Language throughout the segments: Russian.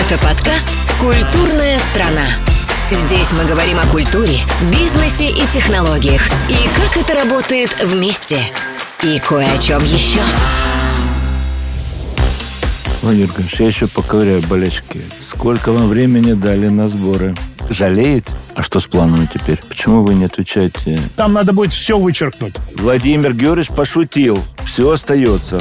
Это подкаст «Культурная страна». Здесь мы говорим о культуре, бизнесе и технологиях, и как это работает вместе. И кое о чем еще. Владимир Ильич, я еще поковыряю болячки. Сколько вам времени дали на сборы? Жалеет? А что с планами теперь? Почему вы не отвечаете? Там надо будет все вычеркнуть. Владимир Георгиевич пошутил. Все остается.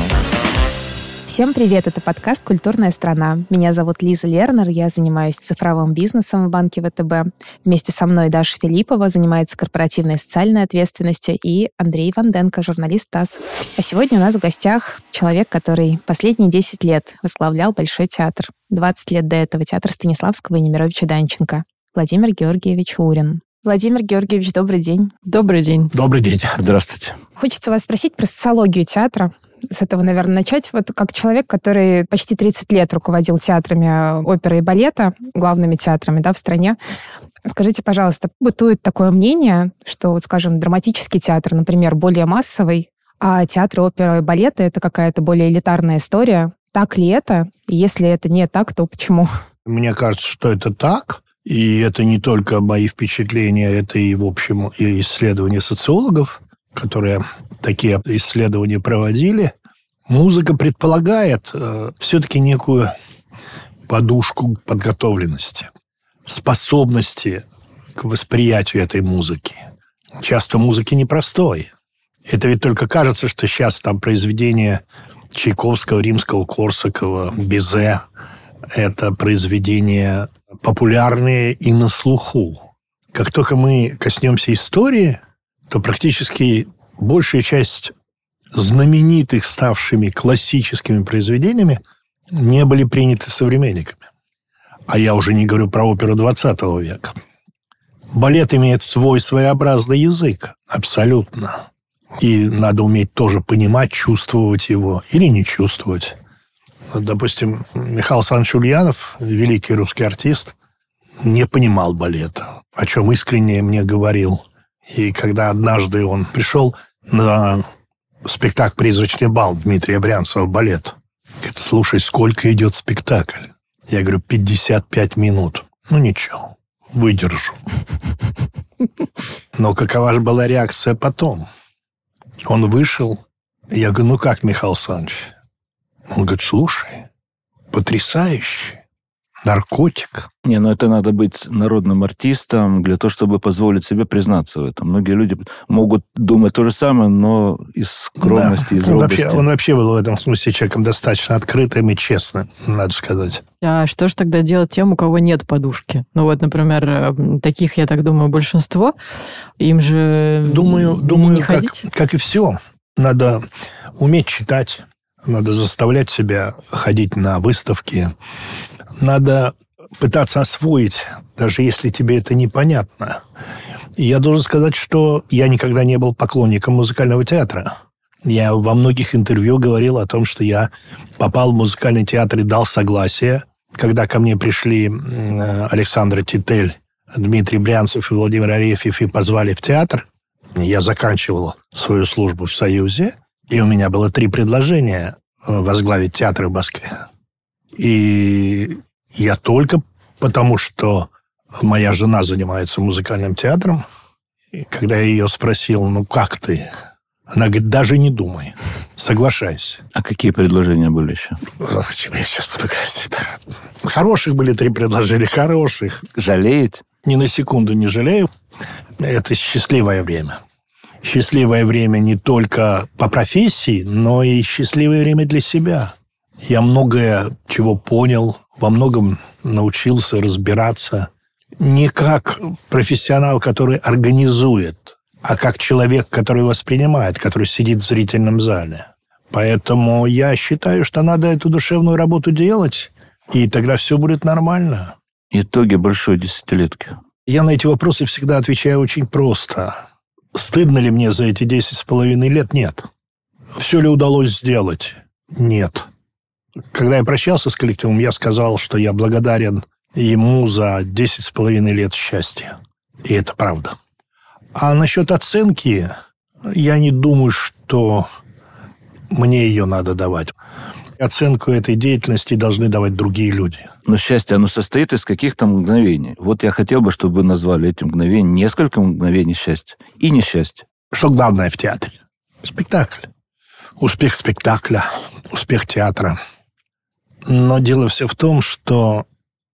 Всем привет, это подкаст «Культурная страна». Меня зовут Лиза Лернер, я занимаюсь цифровым бизнесом в банке ВТБ. Вместе со мной Даша Филиппова занимается корпоративной и социальной ответственностью, и Андрей Ванденко, журналист ТАСС. А сегодня у нас в гостях человек, который последние 10 лет возглавлял Большой театр. 20 лет до этого театр Станиславского и Немировича Данченко. Владимир Георгиевич Урин. Владимир Георгиевич, добрый день. Добрый день. Добрый день. Здравствуйте. Хочется вас спросить про социологию театра. С этого, наверное, начать. Вот как человек, который почти 30 лет руководил театрами оперы и балета, главными театрами, в стране. Скажите, пожалуйста, бытует такое мнение, что, вот, скажем, драматический театр, например, более массовый, а театры оперы и балета — это какая-то более элитарная история. Так ли это? И если это не так, то почему? Мне кажется, что это так. И это не только мои впечатления, это и, в общем, и исследования социологов, которые такие исследования проводили. Музыка предполагает все-таки некую подушку подготовленности, способности к восприятию этой музыки. Часто музыки непростой. Это ведь только кажется, что сейчас там произведения Чайковского, Римского-Корсакова, Бизе – это произведения популярные и на слуху. Как только мы коснемся истории, то практически большая часть знаменитых, ставшими классическими произведениями, не были приняты современниками. А я уже не говорю про оперу XX века. Балет имеет свой своеобразный язык, абсолютно. И надо уметь тоже понимать, чувствовать его или не чувствовать. Допустим, Михаил Александрович Ульянов, великий русский артист, не понимал балета, о чем искренне мне говорил. И когда однажды он пришел на спектакль «Призрачный бал» Дмитрия Брянцева, балет, говорит: слушай, сколько идет спектакль? Я говорю: 55 минут. Ну, ничего, выдержу. Но какова же была реакция потом? Он вышел, я говорю: ну как, Михаил Александрович? Он говорит: слушай, потрясающе. Наркотик. Это надо быть народным артистом для того, чтобы позволить себе признаться в этом. Многие люди могут думать то же самое, но из скромности, из робости. Он вообще был в этом смысле человеком достаточно открытым и честным, надо сказать. А что же тогда делать тем, у кого нет подушки? Например, таких, я так думаю, большинство. Им же Думаю, не ходить? как и все. Надо уметь читать, надо заставлять себя ходить на выставки. Надо пытаться освоить, даже если тебе это непонятно. И я должен сказать, что я никогда не был поклонником музыкального театра. Я во многих интервью говорил о том, что я попал в музыкальный театр и дал согласие. Когда ко мне пришли Александр Титель, Дмитрий Брянцев и Владимир Арефьев и позвали в театр, я заканчивал свою службу в Союзе, и у меня было 3 предложения возглавить театр в Москве. И я только потому, что моя жена занимается музыкальным театром, и когда я ее спросил: ну как ты? Она говорит: даже не думай, соглашайся. А какие предложения были еще? Я сейчас буду говорить. Хороших были 3 предложения, хороших. Жалеет? Ни на секунду не жалею. Это счастливое время. Счастливое время не только по профессии, но и счастливое время для себя. Я многое чего понял, во многом научился разбираться. Не как профессионал, который организует, а как человек, который воспринимает, который сидит в зрительном зале. Поэтому я считаю, что надо эту душевную работу делать, и тогда все будет нормально. Итоги большой десятилетки. Я на эти вопросы всегда отвечаю очень просто. Стыдно ли мне за эти 10,5 лет? Нет. Все ли удалось сделать? Нет. Когда я прощался с коллективом, я сказал, что я благодарен ему за 10,5 лет счастья. И это правда. А насчет оценки, я не думаю, что мне ее надо давать. Оценку этой деятельности должны давать другие люди. Но счастье, оно состоит из каких-то мгновений. Вот я хотел бы, чтобы вы назвали эти мгновения несколько мгновений счастья и несчастья. Что главное в театре? Спектакль. Успех спектакля, успех театра. Но дело все в том, что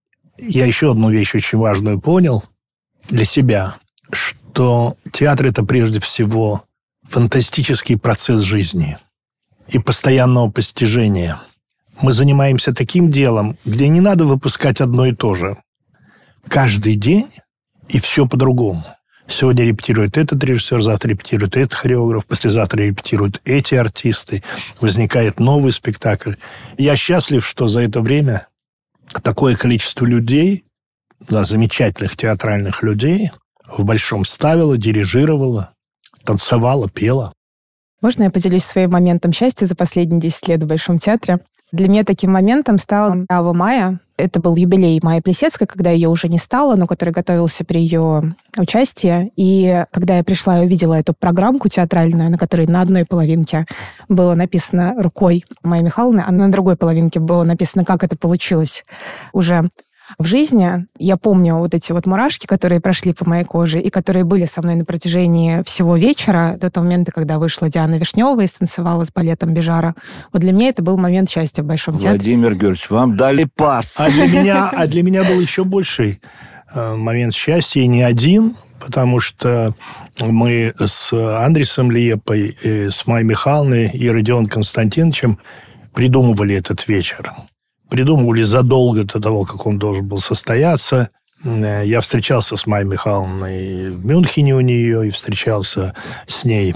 я еще одну вещь очень важную понял для себя, что театр – это прежде всего фантастический процесс жизни и постоянного постижения. Мы занимаемся таким делом, где не надо выпускать одно и то же. Каждый день и все по-другому. Сегодня репетирует этот режиссер, завтра репетирует этот хореограф, послезавтра репетируют эти артисты. Возникает новый спектакль. Я счастлив, что за это время такое количество людей, да, замечательных театральных людей, в Большом ставило, дирижировало, танцевало, пело. Можно я поделюсь своим моментом счастья за последние 10 лет в Большом театре? Для меня таким моментом стала Ава Майя. Это был юбилей Майи Плисецкой, когда ее уже не стало, но который готовился при ее участии. И когда я пришла и увидела эту программку театральную, на которой на одной половинке было написано рукой Майи Михайловны, а на другой половинке было написано, как это получилось уже в жизни, я помню вот эти вот мурашки, которые прошли по моей коже и которые были со мной на протяжении всего вечера, до того момента, когда вышла Диана Вишнева и станцевала с балетом Бежара. Вот для меня это был момент счастья в Большом театре. Владимир Георгиевич, вам дали пас. А для меня был еще больший момент счастья, и не один, потому что мы с Андресом Лиепой, с Майей Михайловной и Родионом Константиновичем придумывали этот вечер. Придумывали задолго до того, как он должен был состояться. Я встречался с Майей Михайловной в Мюнхене у нее, и встречался с ней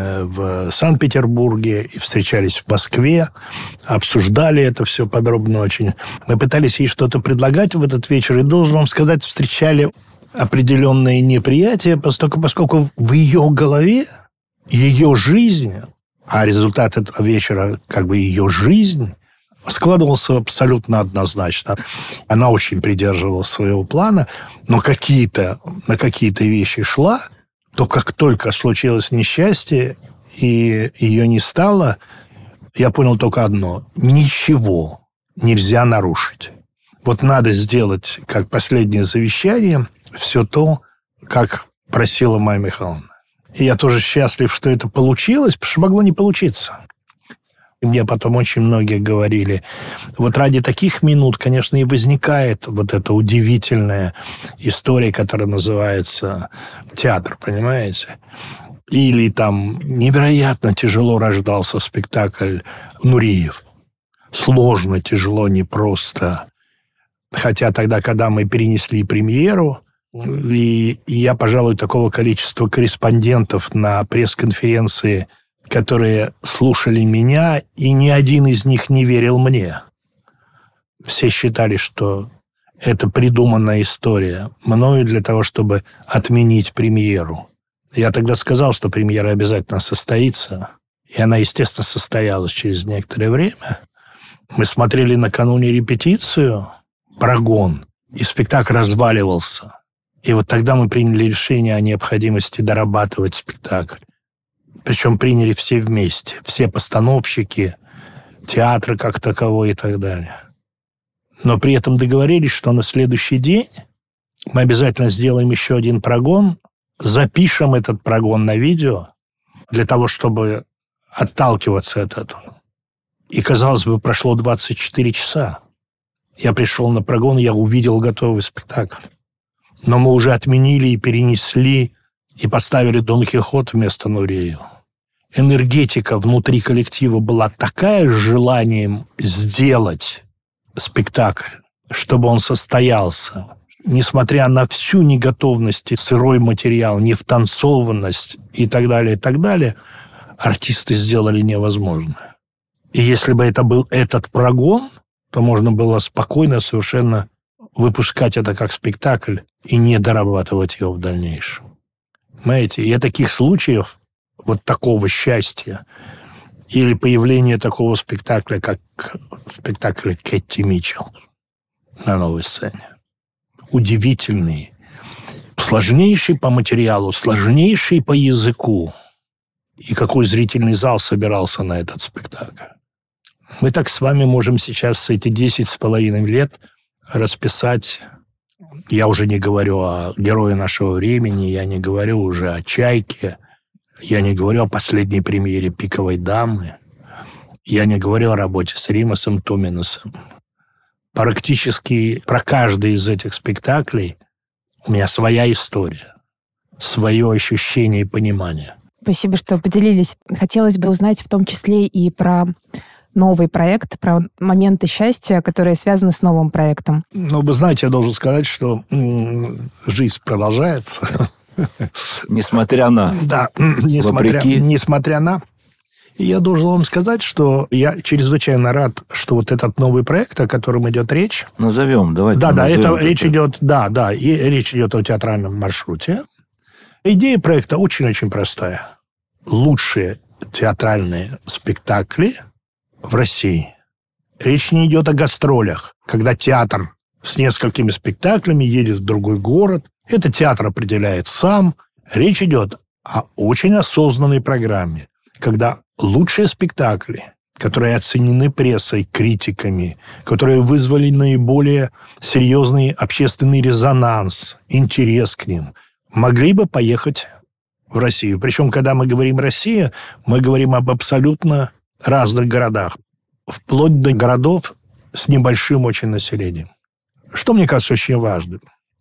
в Санкт-Петербурге, и встречались в Москве, обсуждали это все подробно очень. Мы пытались ей что-то предлагать в этот вечер, и, должен вам сказать, встречали определенные неприятия, поскольку в ее голове ее жизнь, а результат этого вечера как бы ее жизнь, складывался абсолютно однозначно. Она очень придерживалась своего плана, но на какие-то вещи шла, то как только случилось несчастье и ее не стало, я понял только одно: ничего нельзя нарушить. Вот надо сделать, как последнее завещание, все то, как просила Майя Михайловна. И я тоже счастлив, что это получилось, потому что могло не получиться. Мне потом очень многие говорили, вот ради таких минут, конечно, и возникает вот эта удивительная история, которая называется театр, понимаете? Или там невероятно тяжело рождался спектакль «Нуриев». Сложно, тяжело, непросто. Хотя тогда, когда мы перенесли премьеру, и я, пожалуй, такого количества корреспондентов на пресс-конференции, которые слушали меня, и ни один из них не верил мне. Все считали, что это придуманная история мною для того, чтобы отменить премьеру. Я тогда сказал, что премьера обязательно состоится, и она, естественно, состоялась через некоторое время. Мы смотрели накануне репетицию «Прогон», и спектакль разваливался. И вот тогда мы приняли решение о необходимости дорабатывать спектакль. Причем приняли все вместе. Все постановщики, театры как таковой и так далее. Но при этом договорились, что на следующий день мы обязательно сделаем еще один прогон, запишем этот прогон на видео для того, чтобы отталкиваться от этого. И, казалось бы, прошло 24 часа. Я пришел на прогон, я увидел готовый спектакль. Но мы уже отменили и перенесли, и поставили Дон Кихот вместо Нуреева. Энергетика внутри коллектива была такая с желанием сделать спектакль, чтобы он состоялся. Несмотря на всю неготовность, сырой материал, невтанцованность и так далее, артисты сделали невозможное. И если бы это был этот прогон, то можно было спокойно совершенно выпускать это как спектакль и не дорабатывать его в дальнейшем. Понимаете? И таких случаев, вот такого счастья, или появления такого спектакля, как спектакль Кэти Митчелл на новой сцене. Удивительный, сложнейший по материалу, сложнейший по языку. И какой зрительный зал собирался на этот спектакль. Мы так с вами можем сейчас эти 10,5 лет расписать. Я уже не говорю о герое нашего времени, я не говорю уже о «Чайке», я не говорю о последней премьере «Пиковой дамы», я не говорю о работе с Римасом Туминасом. Практически про каждый из этих спектаклей у меня своя история, свое ощущение и понимание. Спасибо, что поделились. Хотелось бы узнать в том числе и про новый проект, про моменты счастья, которые связаны с новым проектом. Ну, вы знаете, я должен сказать, что жизнь продолжается. Несмотря на... Да, несмотря на... И я должен вам сказать, что я чрезвычайно рад, что вот этот новый проект, о котором идет речь... Давайте. Да, это речь идет... и речь идет о театральном маршруте. Идея проекта очень-очень простая. Лучшие театральные спектакли в России. Речь не идет о гастролях, когда театр с несколькими спектаклями едет в другой город. Это театр определяет сам. Речь идет о очень осознанной программе, когда лучшие спектакли, которые оценены прессой, критиками, которые вызвали наиболее серьезный общественный резонанс, интерес к ним, могли бы поехать в Россию. Причем, когда мы говорим «Россия», мы говорим об абсолютно разных городах, вплоть до городов с небольшим очень населением. Что, мне кажется, очень важным.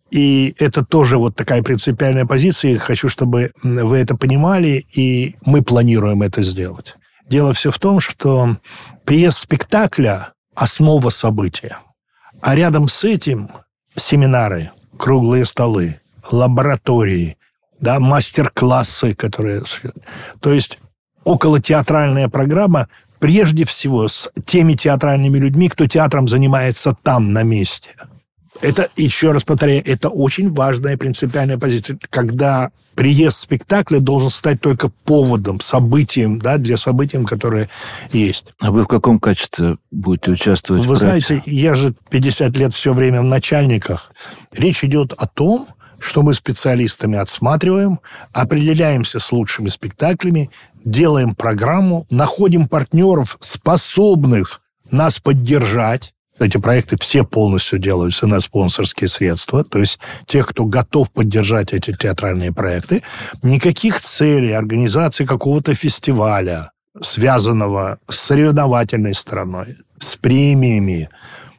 И это тоже вот такая принципиальная позиция. Я хочу, чтобы вы это понимали, и мы планируем это сделать. Дело все в том, что приезд спектакля – основа события. А рядом с этим семинары, круглые столы, лаборатории, мастер-классы, которые... То есть околотеатральная программа прежде всего с теми театральными людьми, кто театром занимается там, на месте. Это, еще раз повторяю, это очень важная принципиальная позиция, когда приезд спектакля должен стать только поводом, событием, для событий, которые есть. А вы в каком качестве будете участвовать Вы в проекте? знаете, я же 50 лет все время в начальниках. Речь идет о том, что мы специалистами отсматриваем, определяемся с лучшими спектаклями, делаем программу, находим партнеров, способных нас поддержать. Эти проекты все полностью делаются на спонсорские средства, то есть тех, кто готов поддержать эти театральные проекты. Никаких целей организации какого-то фестиваля, связанного с соревновательной стороной, с премиями.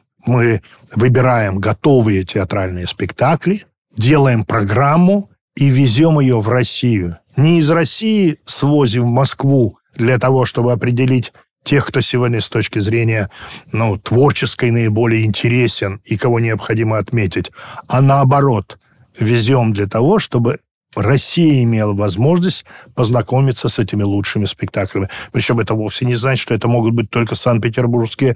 Мы выбираем готовые театральные спектакли, делаем программу и везем ее в Россию. Не из России свозим в Москву для того, чтобы определить тех, кто сегодня с точки зрения творческой наиболее интересен и кого необходимо отметить, а наоборот, везем для того, чтобы Россия имела возможность познакомиться с этими лучшими спектаклями. Причем это вовсе не значит, что это могут быть только санкт-петербургские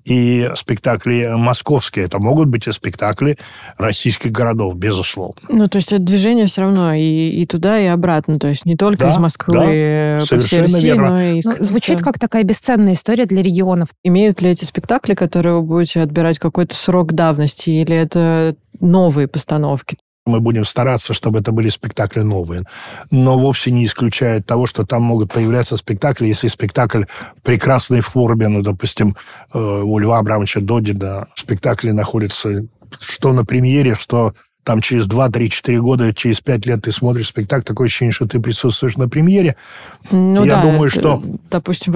и спектакли московские. Это могут быть и спектакли российских городов, безусловно. То есть это движение все равно и туда, и обратно. То есть не только из Москвы по всей России, верно. но и из... Звучит как такая бесценная история для регионов. Имеют ли эти спектакли, которые вы будете отбирать, какой-то срок давности, или это новые постановки? Мы будем стараться, чтобы это были спектакли новые. Но вовсе не исключает того, что там могут появляться спектакли, если спектакль в прекрасной форме, допустим, у Льва Абрамовича Додина спектакли находятся что на премьере, что там через 2, 3, 4 года, через 5 лет ты смотришь спектакль, такое ощущение, что ты присутствуешь на премьере. Я думаю, что... Допустим,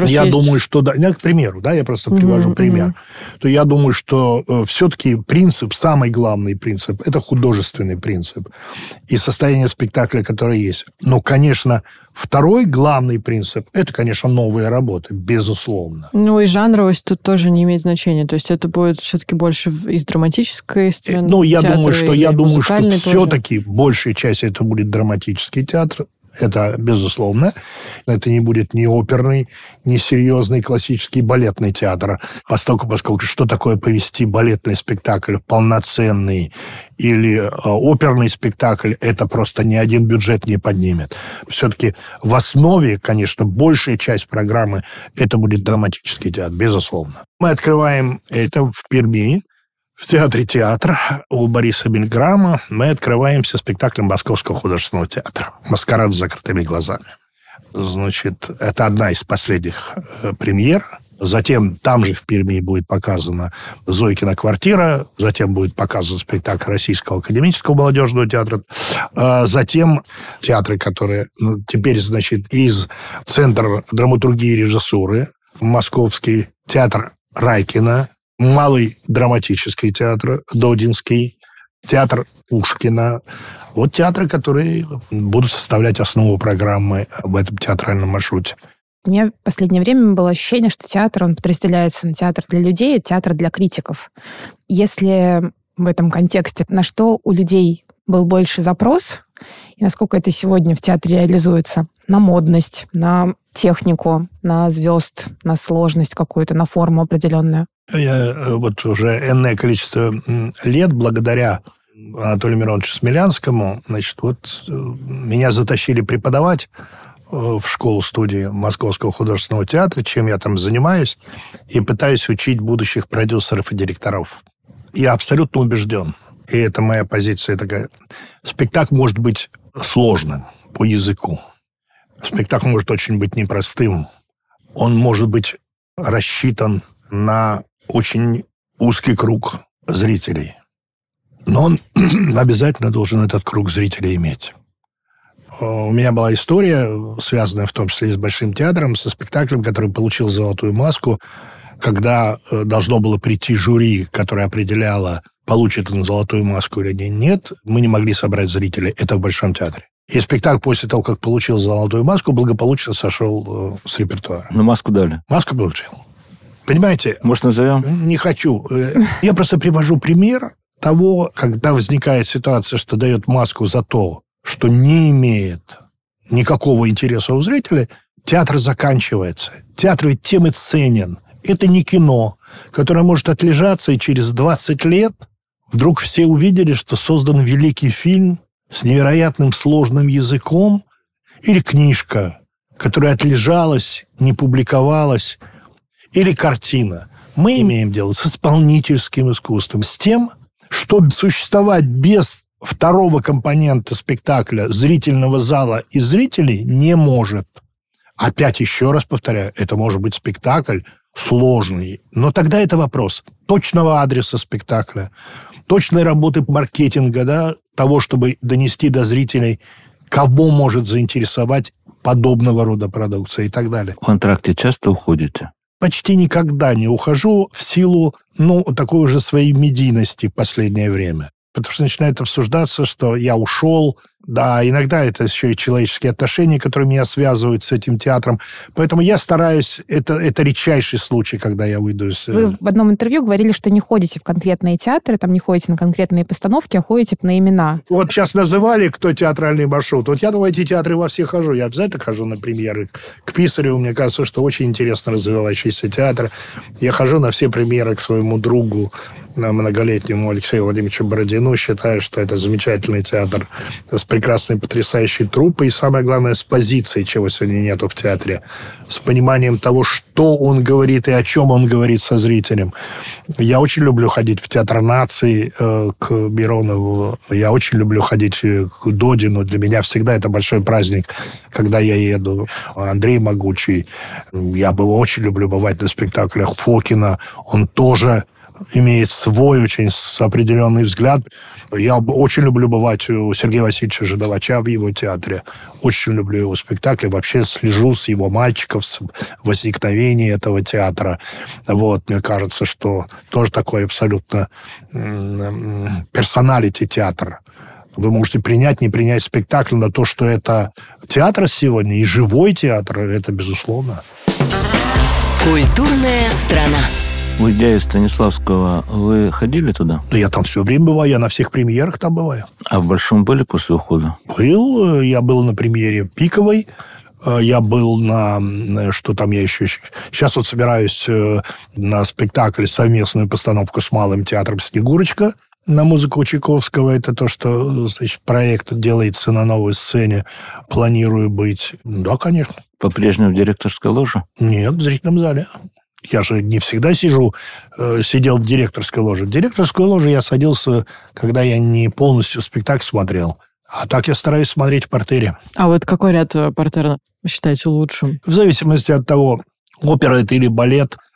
к примеру, я просто привожу пример. То я думаю, что все-таки самый главный принцип, это художественный принцип. И состояние спектакля, которое есть. Но, конечно, второй главный принцип, это, конечно, новые работы, безусловно. И жанровость тут тоже не имеет значения. То есть это будет все-таки больше из драматической стороны. Я думаю, что все-таки большая часть это будет драматический театр. Это безусловно. Это не будет ни оперный, ни серьезный классический балетный театр. Поскольку что такое повести балетный спектакль полноценный или оперный спектакль, это просто ни один бюджет не поднимет. Все-таки в основе, конечно, большая часть программы это будет драматический театр, безусловно. Мы открываем это в Перми. В театре «Театр» у Бориса Мильграма мы открываемся спектаклем Московского художественного театра «Маскарад с закрытыми глазами». Это одна из последних премьер. Затем там же в Перми будет показана «Зойкина квартира», затем будет показан спектакль Российского академического молодежного театра, затем театры, которые теперь, значит, из Центра драматургии и режиссуры, Московский театр Райкина, Малый драматический театр Додинский, театр Пушкина. Вот театры, которые будут составлять основу программы в этом театральном маршруте. У меня в последнее время было ощущение, что театр, он подразделяется на театр для людей и театр для критиков. Если в этом контексте, на что у людей был больше запрос, и насколько это сегодня в театре реализуется? На модность, на технику, на звезд, на сложность какую-то, на форму определенную. Я вот уже энное количество лет, благодаря Анатолию Мироновичу Смелянскому, значит, вот меня затащили преподавать в школу-студию Московского художественного театра, чем я там занимаюсь, и пытаюсь учить будущих продюсеров и директоров. Я абсолютно убежден, и это моя позиция такая, спектакль может быть сложным по языку. Спектакль может очень быть непростым. Он может быть рассчитан на очень узкий круг зрителей. Но он обязательно должен этот круг зрителей иметь. У меня была история, связанная в том числе и с Большим театром, со спектаклем, который получил «Золотую маску», когда должно было прийти жюри, которое определяло, получит он «Золотую маску» или нет. Мы не могли собрать зрителей. Это в Большом театре. И спектакль после того, как получил «Золотую маску», благополучно сошел с репертуара. Но маску дали. Маску получил. Понимаете? Может, назовем? Не хочу. Я просто привожу пример того, когда возникает ситуация, что дает маску за то, что не имеет никакого интереса у зрителя, театр заканчивается. Театр ведь тем и ценен. Это не кино, которое может отлежаться, и через 20 лет вдруг все увидели, что создан великий фильм с невероятным сложным языком, или книжка, которая отлежалась, не публиковалась, или картина. Мы имеем дело с исполнительским искусством, с тем, чтобы существовать без второго компонента спектакля, зрительного зала и зрителей, не может. Опять еще раз повторяю, это может быть спектакль сложный, но тогда это вопрос точного адреса спектакля, точной работы маркетинга, да, того, чтобы донести до зрителей, кого может заинтересовать подобного рода продукция и так далее. В антракте часто уходите? Почти никогда не ухожу в силу, такой уже своей медийности в последнее время. Потому что начинает обсуждаться, что я ушел. Да, иногда это еще и человеческие отношения, которые меня связывают с этим театром. Поэтому я стараюсь... Это редчайший случай, когда я выйду из... Вы в одном интервью говорили, что не ходите в конкретные театры, там не ходите на конкретные постановки, а ходите на имена. Вот сейчас называли, кто театральный маршрут. Вот я в эти театры во все хожу. Я обязательно хожу на премьеры. К Писареву, мне кажется, что очень интересно развивающийся театр. Я хожу на все премьеры к своему другу, на многолетнему Алексею Владимировичу Бородину. Считаю, что это замечательный театр с прекрасной, потрясающей труппой. И самое главное, с позицией, чего сегодня нету в театре. С пониманием того, что он говорит и о чем он говорит со зрителем. Я очень люблю ходить в Театр наций к Миронову. Я очень люблю ходить к Додину. Для меня всегда это большой праздник, когда я еду. Андрей Могучий. Я очень люблю бывать на спектаклях Фокина. Он тоже имеет свой очень определенный взгляд. Я очень люблю бывать у Сергея Васильевича Жидовача в его театре. Очень люблю его спектакли. Вообще слежу с его мальчиков, с возникновения этого театра. Вот, мне кажется, что тоже такой абсолютно персоналити театр. Вы можете принять, не принять спектакль, но то, что это театр сегодня и живой театр, это безусловно. Культурная страна. Уйдя из Станиславского, вы ходили туда? Да я там все время бываю, я на всех премьерах там бываю. А в Большом были после ухода? Был, я был на премьере «Пиковой», я был на... Что там я еще... Сейчас вот собираюсь на спектакль, совместную постановку с Малым театром «Снегурочка» на музыку Чайковского. Это то, что, значит, проект делается на новой сцене. Планирую быть. Да, конечно. По-прежнему в директорской ложе? Нет, в зрительном зале. Я же не всегда сидел в директорской ложе. В директорскую ложу я садился, когда я не полностью спектакль смотрел. А так я стараюсь смотреть в партере. А вот какой ряд партера считаете лучшим? В зависимости от того, опера это или балет,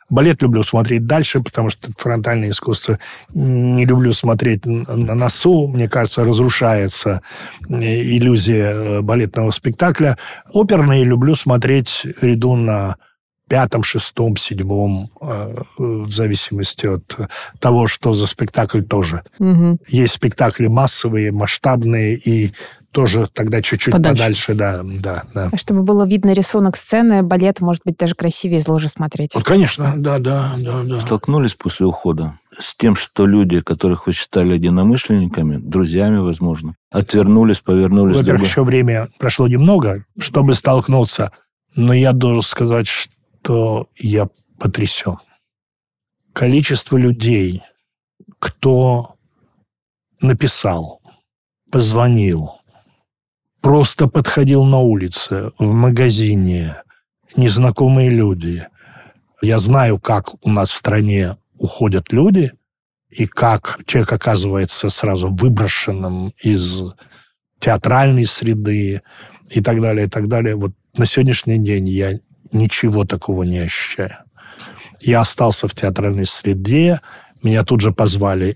Балет люблю смотреть дальше, потому что фронтальное искусство не люблю смотреть на носу. Мне кажется, разрушается иллюзия балетного спектакля. Оперные люблю смотреть ряду на 5-м, 6-м, 7-м, в зависимости от того, что за спектакль тоже. Угу. Есть спектакли массовые, масштабные и тоже тогда чуть-чуть подальше. Да. Чтобы было видно рисунок сцены, балет может быть даже красивее из ложи смотреть. Вот, конечно, да. Столкнулись после ухода с тем, что люди, которых вы считали единомышленниками, друзьями, возможно, отвернулись, повернулись. Во-первых, еще время прошло немного, чтобы столкнуться, но я должен сказать, что я потрясен. Количество людей, кто написал, позвонил, просто подходил на улице, в магазине, незнакомые люди. Я знаю, как у нас в стране уходят люди, и как человек оказывается сразу выброшенным из театральной среды и так далее, и так далее. Вот на сегодняшний день я ничего такого не ощущаю. Я остался в театральной среде, меня тут же позвали.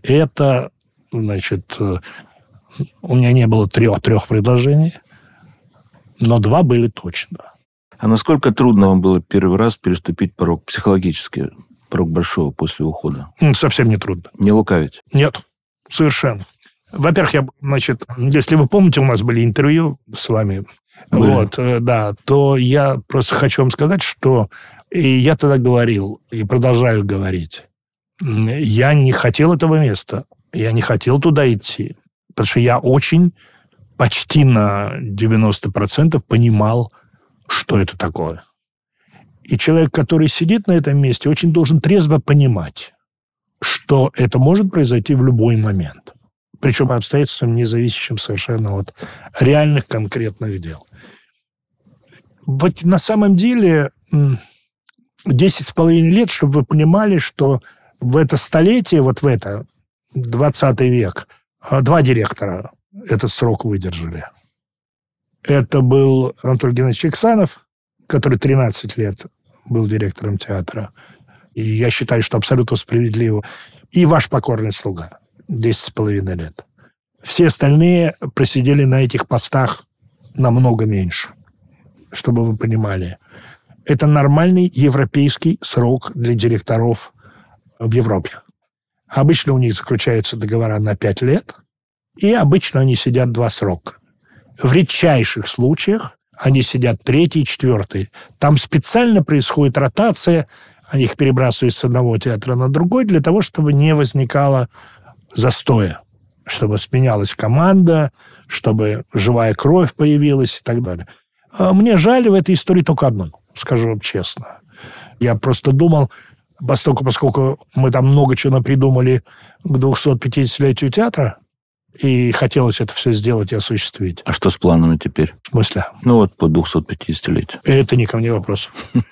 У меня не было трех предложений, но 2 были точно. А насколько трудно вам было первый раз переступить порог, психологически, порог большого после ухода? Совсем не трудно. Не лукавить? Нет, совершенно. Во-первых, если вы помните, у нас были интервью с вами, то я просто хочу вам сказать, что и я тогда говорил, и продолжаю говорить, я не хотел этого места, я не хотел туда идти. Потому что я почти на 90% понимал, что это такое. И человек, который сидит на этом месте, очень должен трезво понимать, что это может произойти в любой момент. Причем по обстоятельствам, не зависящим совершенно от реальных конкретных дел. Вот на самом деле 10,5 лет, чтобы вы понимали, что в это столетие, 20 век, 2 директора этот срок выдержали. Это был Анатолий Геннадьевич Иксанов, который 13 лет был директором театра. И я считаю, что абсолютно справедливо. И ваш покорный слуга. 10,5 лет. Все остальные просидели на этих постах намного меньше. Чтобы вы понимали. Это нормальный европейский срок для директоров в Европе. Обычно у них заключаются договора на 5 лет, и обычно они сидят 2 срока. В редчайших случаях они сидят 3-й, 4-й. Там специально происходит ротация, они их перебрасывают с одного театра на другой для того, чтобы не возникало застоя, чтобы сменялась команда, чтобы живая кровь появилась и так далее. А мне жаль в этой истории только одно, скажу вам честно. Я просто думал, поскольку мы там много чего напридумали к 250-летию театра, и хотелось это все сделать и осуществить. А что с планами теперь? В смысле? По 250-летию. Это не ко мне вопрос.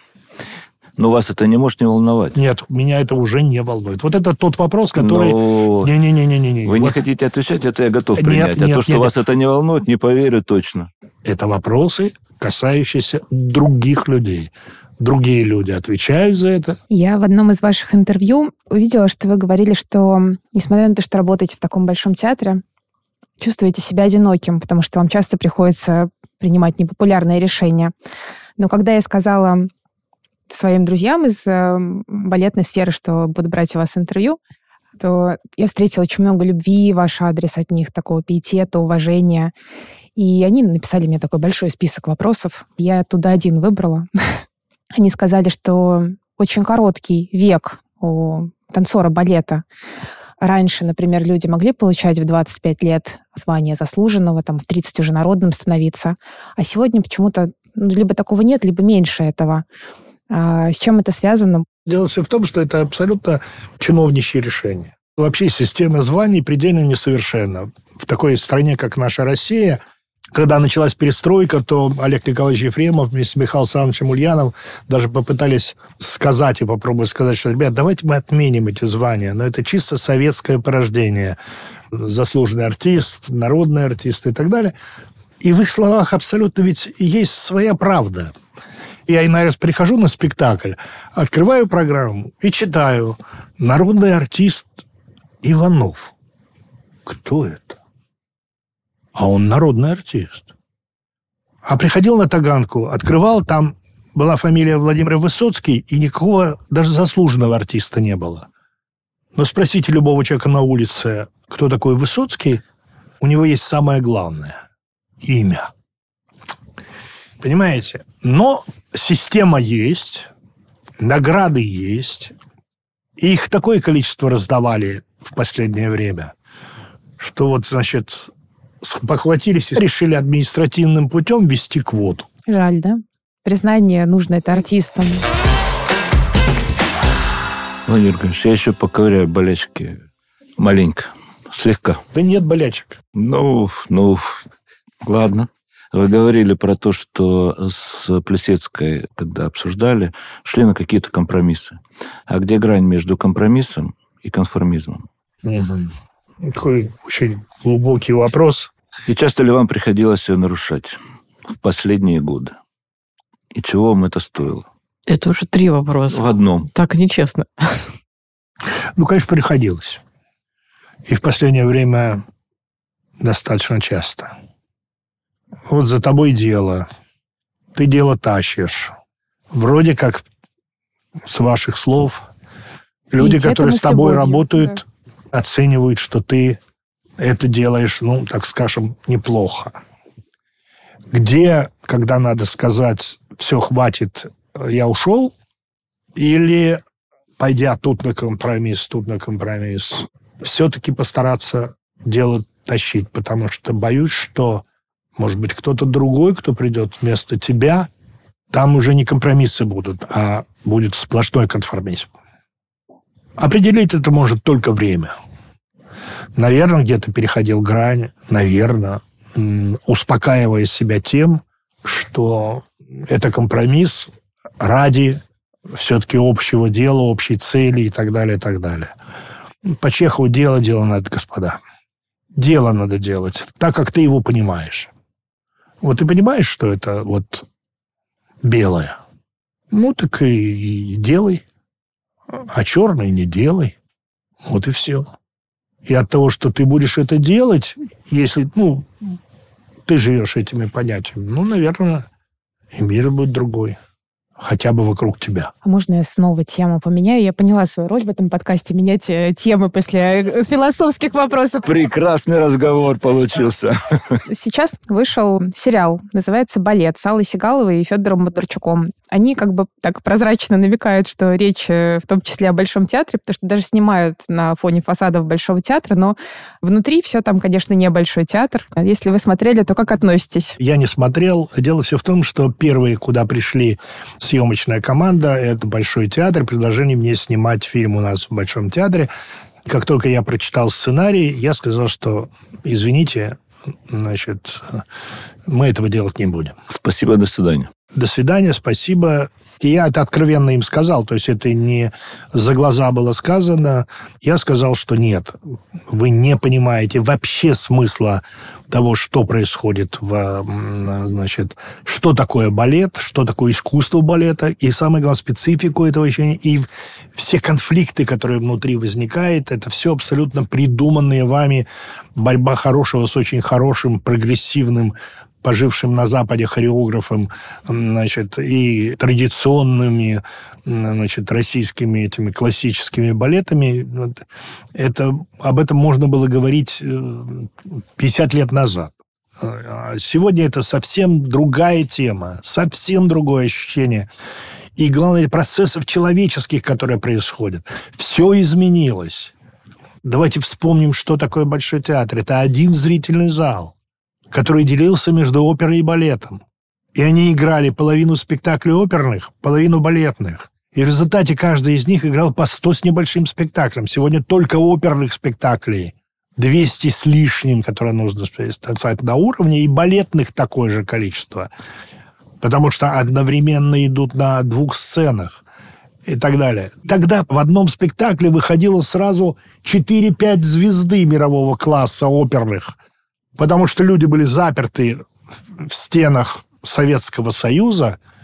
Но вас это не может не волновать? Нет, меня это уже не волнует. Вот это тот вопрос, который... Не-не-не. Вы не хотите отвечать, это я готов принять. То, что вас это не волнует, не поверю точно. Это вопросы, касающиеся других людей. Другие люди отвечают за это. Я в одном из ваших интервью увидела, что вы говорили, что, несмотря на то, что работаете в таком большом театре, чувствуете себя одиноким, потому что вам часто приходится принимать непопулярные решения. Но когда я сказала своим друзьям из балетной сферы, что буду брать у вас интервью, то я встретила очень много любви в ваш адрес от них, такого пиетета, уважения. И они написали мне такой большой список вопросов. Я оттуда один выбрала. Они сказали, что очень короткий век у танцора балета. Раньше, например, люди могли получать в 25 лет звание заслуженного, в 30 уже народным становиться. А сегодня почему-то либо такого нет, либо меньше этого. С чем это связано? Дело все в том, что это абсолютно чиновничье решение. Вообще система званий предельно несовершенна. В такой стране, как наша Россия, когда началась перестройка, то Олег Николаевич Ефремов вместе с Михаилом Александровичем Ульяновым даже попытались сказать и попробовать сказать, что, ребят, давайте мы отменим эти звания. Но это чисто советское порождение. Заслуженный артист, народный артист и так далее. И в их словах абсолютно ведь есть своя правда. Я иной раз прихожу на спектакль, открываю программу и читаю «Народный артист Иванов». Кто это? А он народный артист. А приходил на Таганку, открывал, там была фамилия Владимир Высоцкий, и никакого даже заслуженного артиста не было. Но спросите любого человека на улице, кто такой Высоцкий, у него есть самое главное – имя. Понимаете? Но система есть, награды есть. И их такое количество раздавали в последнее время, что вот, значит, похватились и решили административным путем ввести квоту. Жаль, да? Признание нужно это артистам. Владимир Григорьевич, я еще поковыряю болячки маленько, слегка. Да нет болячек. Ну, ладно. Вы говорили про то, что с Плисецкой, когда обсуждали, шли на какие-то компромиссы. А где грань между компромиссом и конформизмом? Такой очень глубокий вопрос. И часто ли вам приходилось ее нарушать в последние годы? И чего вам это стоило? Это уже 3 вопроса. В одном. Так нечестно. Ну, конечно, приходилось. И в последнее время достаточно часто. Вот за тобой дело. Ты дело тащишь. Вроде как, с ваших слов, люди, которые с тобой работают, оценивают, что ты это делаешь, ну, так скажем, неплохо. Где, когда надо сказать, все, хватит, я ушел, или, пойдя тут на компромисс, все-таки постараться дело тащить, потому что боюсь, что, может быть, кто-то другой, кто придет вместо тебя, там уже не компромиссы будут, а будет сплошной конформизм. Определить это может только время. Наверное, где-то переходил грань, наверное, успокаивая себя тем, что это компромисс ради все-таки общего дела, общей цели и так далее, и так далее. По Чехову дело надо, господа. Дело надо делать так, как ты его понимаешь. Вот ты понимаешь, что это вот белое? Ну, так и делай. А черное не делай. Вот и все. И от того, что ты будешь это делать, если, ты живешь этими понятиями, наверное, и мир будет другой. Хотя бы вокруг тебя. А можно я снова тему поменяю? Я поняла свою роль в этом подкасте, менять темы после философских вопросов. Прекрасный разговор получился. Сейчас вышел сериал, называется «Балет» с Аллой Сигаловой и Федором Бондарчуком. Они как бы так прозрачно намекают, что речь в том числе о Большом театре, потому что даже снимают на фоне фасадов Большого театра, но внутри все там, конечно, не Большой театр. Если вы смотрели, то как относитесь? Я не смотрел. Дело все в том, что первые, куда пришли съемочная команда, это Большой театр. Предложили мне снимать фильм у нас в Большом театре. Как только я прочитал сценарий, я сказал, что, извините, значит, мы этого делать не будем. Спасибо, до свидания. До свидания, спасибо. И я это откровенно им сказал, то есть это не за глаза было сказано. Я сказал, что нет, вы не понимаете вообще смысла того, что происходит, значит, что такое балет, что такое искусство балета, и самое главное, специфику этого еще, и все конфликты, которые внутри возникают, это все абсолютно придуманные вами борьба хорошего с очень хорошим, прогрессивным, пожившим на Западе хореографом, значит, и традиционными, значит, российскими этими классическими балетами. Об этом можно было говорить 50 лет назад. Сегодня это совсем другая тема, совсем другое ощущение. И, главное, процессов человеческих, которые происходят. Все изменилось. Давайте вспомним, что такое Большой театр. Это один зрительный зал, который делился между оперой и балетом. И они играли половину спектаклей оперных, половину балетных. И в результате каждый из них играл по 100 с небольшим спектаклем. Сегодня только оперных спектаклей 200 с лишним, которые нужно ставить на уровне, и балетных такое же количество. Потому что одновременно идут на 2 сценах и так далее. Тогда в одном спектакле выходило сразу 4-5 звезды мирового класса оперных, потому что люди были заперты в стенах Советского Союза,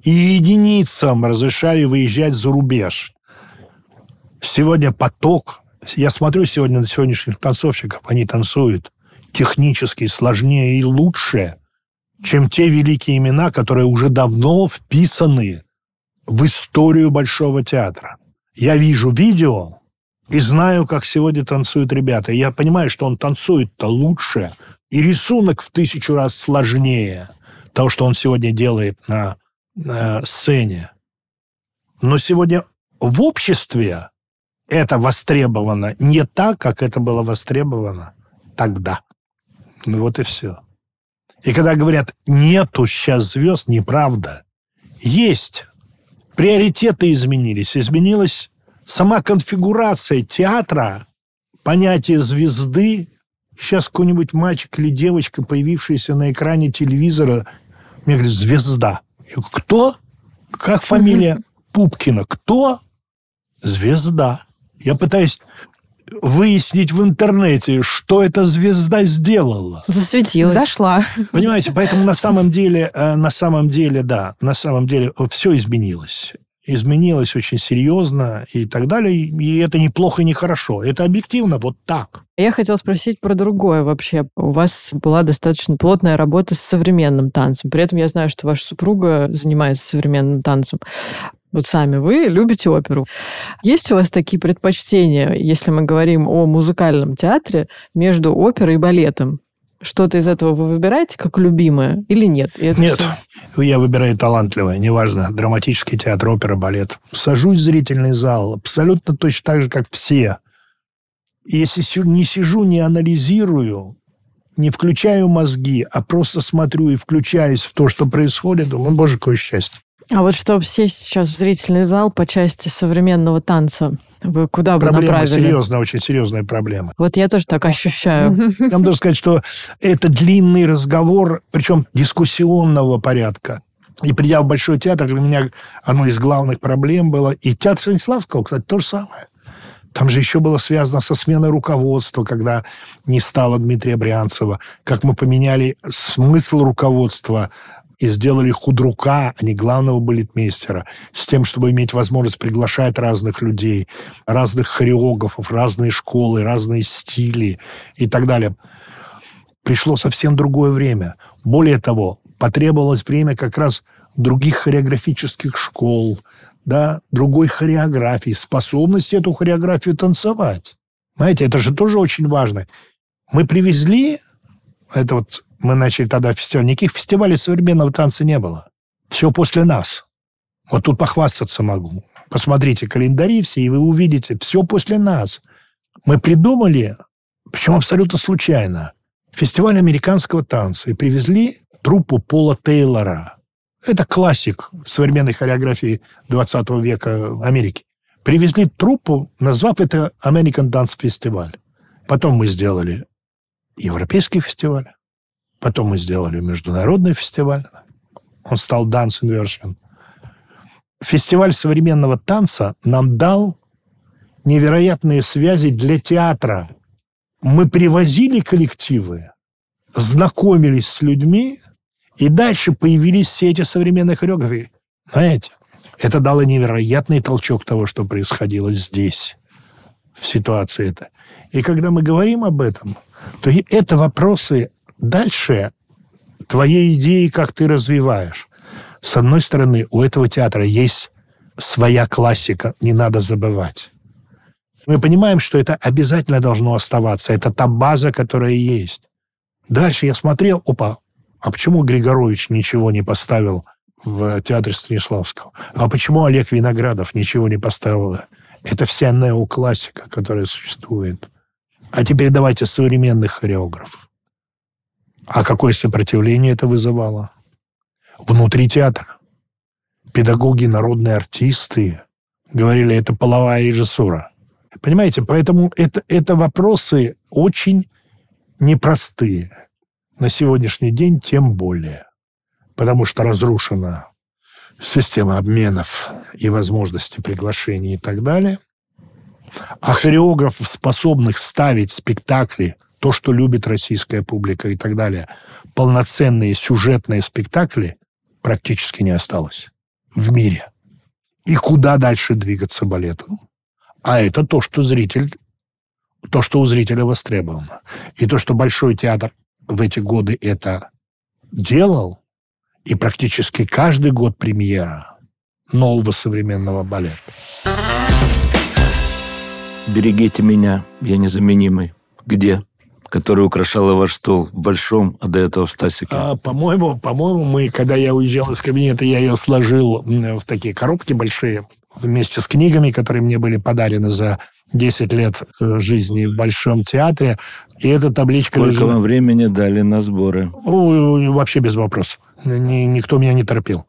И единицам разрешали выезжать за рубеж. Сегодня поток. Я смотрю сегодня на сегодняшних танцовщиков. Они танцуют технически сложнее и лучше, чем те великие имена, которые уже давно вписаны в историю Большого театра. Я вижу видео и знаю, как сегодня танцуют ребята. И я понимаю, что он танцует-то лучше. И рисунок в 1000 раз сложнее того, что он сегодня делает на сцене. Но сегодня в обществе это востребовано не так, как это было востребовано тогда. Ну вот и все. И когда говорят, нету сейчас звезд, неправда. Есть. Приоритеты изменились. Изменилась сама конфигурация театра, понятие звезды. Сейчас какой-нибудь мальчик или девочка, появившаяся на экране телевизора, мне говорит, звезда. Я говорю, кто? Как фамилия Пупкина? Кто? Звезда. Я пытаюсь выяснить в интернете, что эта звезда сделала. Засветилась. Зашла. Понимаете, поэтому на самом деле, все изменилось. Изменилось очень серьезно и так далее. И это не плохо и не хорошо. Это объективно вот так. Я хотела спросить про другое вообще. У вас была достаточно плотная работа с современным танцем. При этом я знаю, что ваша супруга занимается современным танцем. Вот сами вы любите оперу. Есть у вас такие предпочтения, если мы говорим о музыкальном театре, между оперой и балетом? Что-то из этого вы выбираете как любимое или нет? Нет, я выбираю талантливое, неважно, драматический театр, опера, балет. Сажусь в зрительный зал абсолютно точно так же, как все. И если не сижу, не анализирую, не включаю мозги, а просто смотрю и включаюсь в то, что происходит, думаю, боже, какое счастье. А вот чтобы сесть сейчас в зрительный зал по части современного танца, вы куда бы направили? Проблема серьезная, очень серьезная проблема. Вот я тоже так ощущаю. Я вам должен сказать, что это длинный разговор, причем дискуссионного порядка. И придя в Большой театр, для меня одной из главных проблем было, и театр Станиславского, кстати, то же самое. Там же еще было связано со сменой руководства, когда не стало Дмитрия Брянцева, как мы поменяли смысл руководства и сделали худрука, а не главного балетмейстера, с тем, чтобы иметь возможность приглашать разных людей, разных хореографов, разные школы, разные стили и так далее. Пришло совсем другое время. Более того, потребовалось время как раз других хореографических школ, да, другой хореографии, способности эту хореографию танцевать. Знаете, это же тоже очень важно. Мы привезли, это вот мы начали тогда фестиваль, никаких фестивалей современного танца не было. Все после нас. Вот тут похвастаться могу. Посмотрите календари все, и вы увидите, все после нас. Мы придумали, причем абсолютно случайно, фестиваль американского танца и привезли труппу Пола Тейлора. Это классик современной хореографии 20 века Америки. Привезли труппу, назвав это American Dance Festival. Потом мы сделали европейский фестиваль. Потом мы сделали международный фестиваль. Он стал Dance Inversion. Фестиваль современного танца нам дал невероятные связи для театра. Мы привозили коллективы, знакомились с людьми, и дальше появились все эти современные хореографии. Знаете, это дало невероятный толчок того, что происходило здесь, в ситуации это. И когда мы говорим об этом, то это вопросы дальше твоей идеи, как ты развиваешь. С одной стороны, у этого театра есть своя классика, не надо забывать. Мы понимаем, что это обязательно должно оставаться. Это та база, которая есть. Дальше я смотрел, а почему Григорович ничего не поставил в театре Станиславского? А почему Олег Виноградов ничего не поставил? Это вся неоклассика, которая существует. А теперь давайте современных хореографов. А какое сопротивление это вызывало? Внутри театра. Педагоги, народные артисты говорили, это половая режиссура. Понимаете, поэтому это вопросы очень непростые. На сегодняшний день тем более. Потому что разрушена система обменов и возможности приглашений и так далее. А хореографов, способных ставить спектакли, то, что любит российская публика и так далее, полноценные сюжетные спектакли практически не осталось. в мире. И куда дальше двигаться балету. А это то, что у зрителя востребовано. И то, что Большой театр в эти годы это делал, и практически каждый год премьера нового современного балета. «Берегите меня, я незаменимый». Где? Который украшала ваш стол в Большом, а до этого в Стасике. По-моему, когда я уезжал из кабинета, я ее сложил в такие коробки большие вместе с книгами, которые мне были подарены за 10 лет жизни в Большом театре. И эта табличка... Сколько вам времени дали на сборы? Вообще без вопросов. Никто меня не торопил.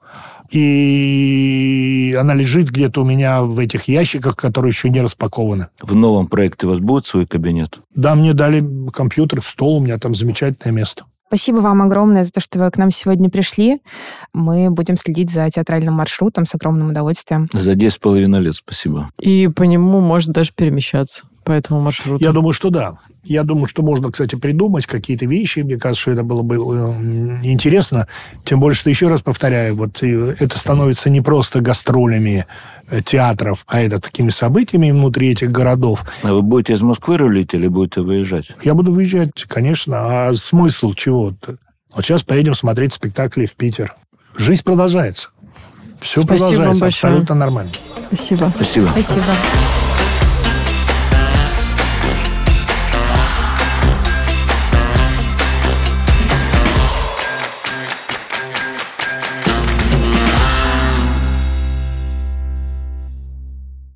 И она лежит где-то у меня в этих ящиках, которые еще не распакованы. В новом проекте у вас будет свой кабинет? Да, мне дали компьютер, стол, у меня там замечательное место. Спасибо вам огромное за то, что вы к нам сегодня пришли. Мы будем следить за театральным маршрутом с огромным удовольствием. За 10,5 лет, спасибо. И по нему можно даже перемещаться, по этому маршруту. Я думаю, что да. Я думаю, что можно, кстати, придумать какие-то вещи. Мне кажется, что это было бы интересно. Тем более, что, еще раз повторяю, вот это становится не просто гастролями театров, а это такими событиями внутри этих городов. А вы будете из Москвы рулить или будете выезжать? Я буду выезжать, конечно. А смысл чего-то? Вот сейчас поедем смотреть спектакли в Питер. Жизнь продолжается. Все Спасибо продолжается. вам большое. Абсолютно нормально. Спасибо. Спасибо. Спасибо.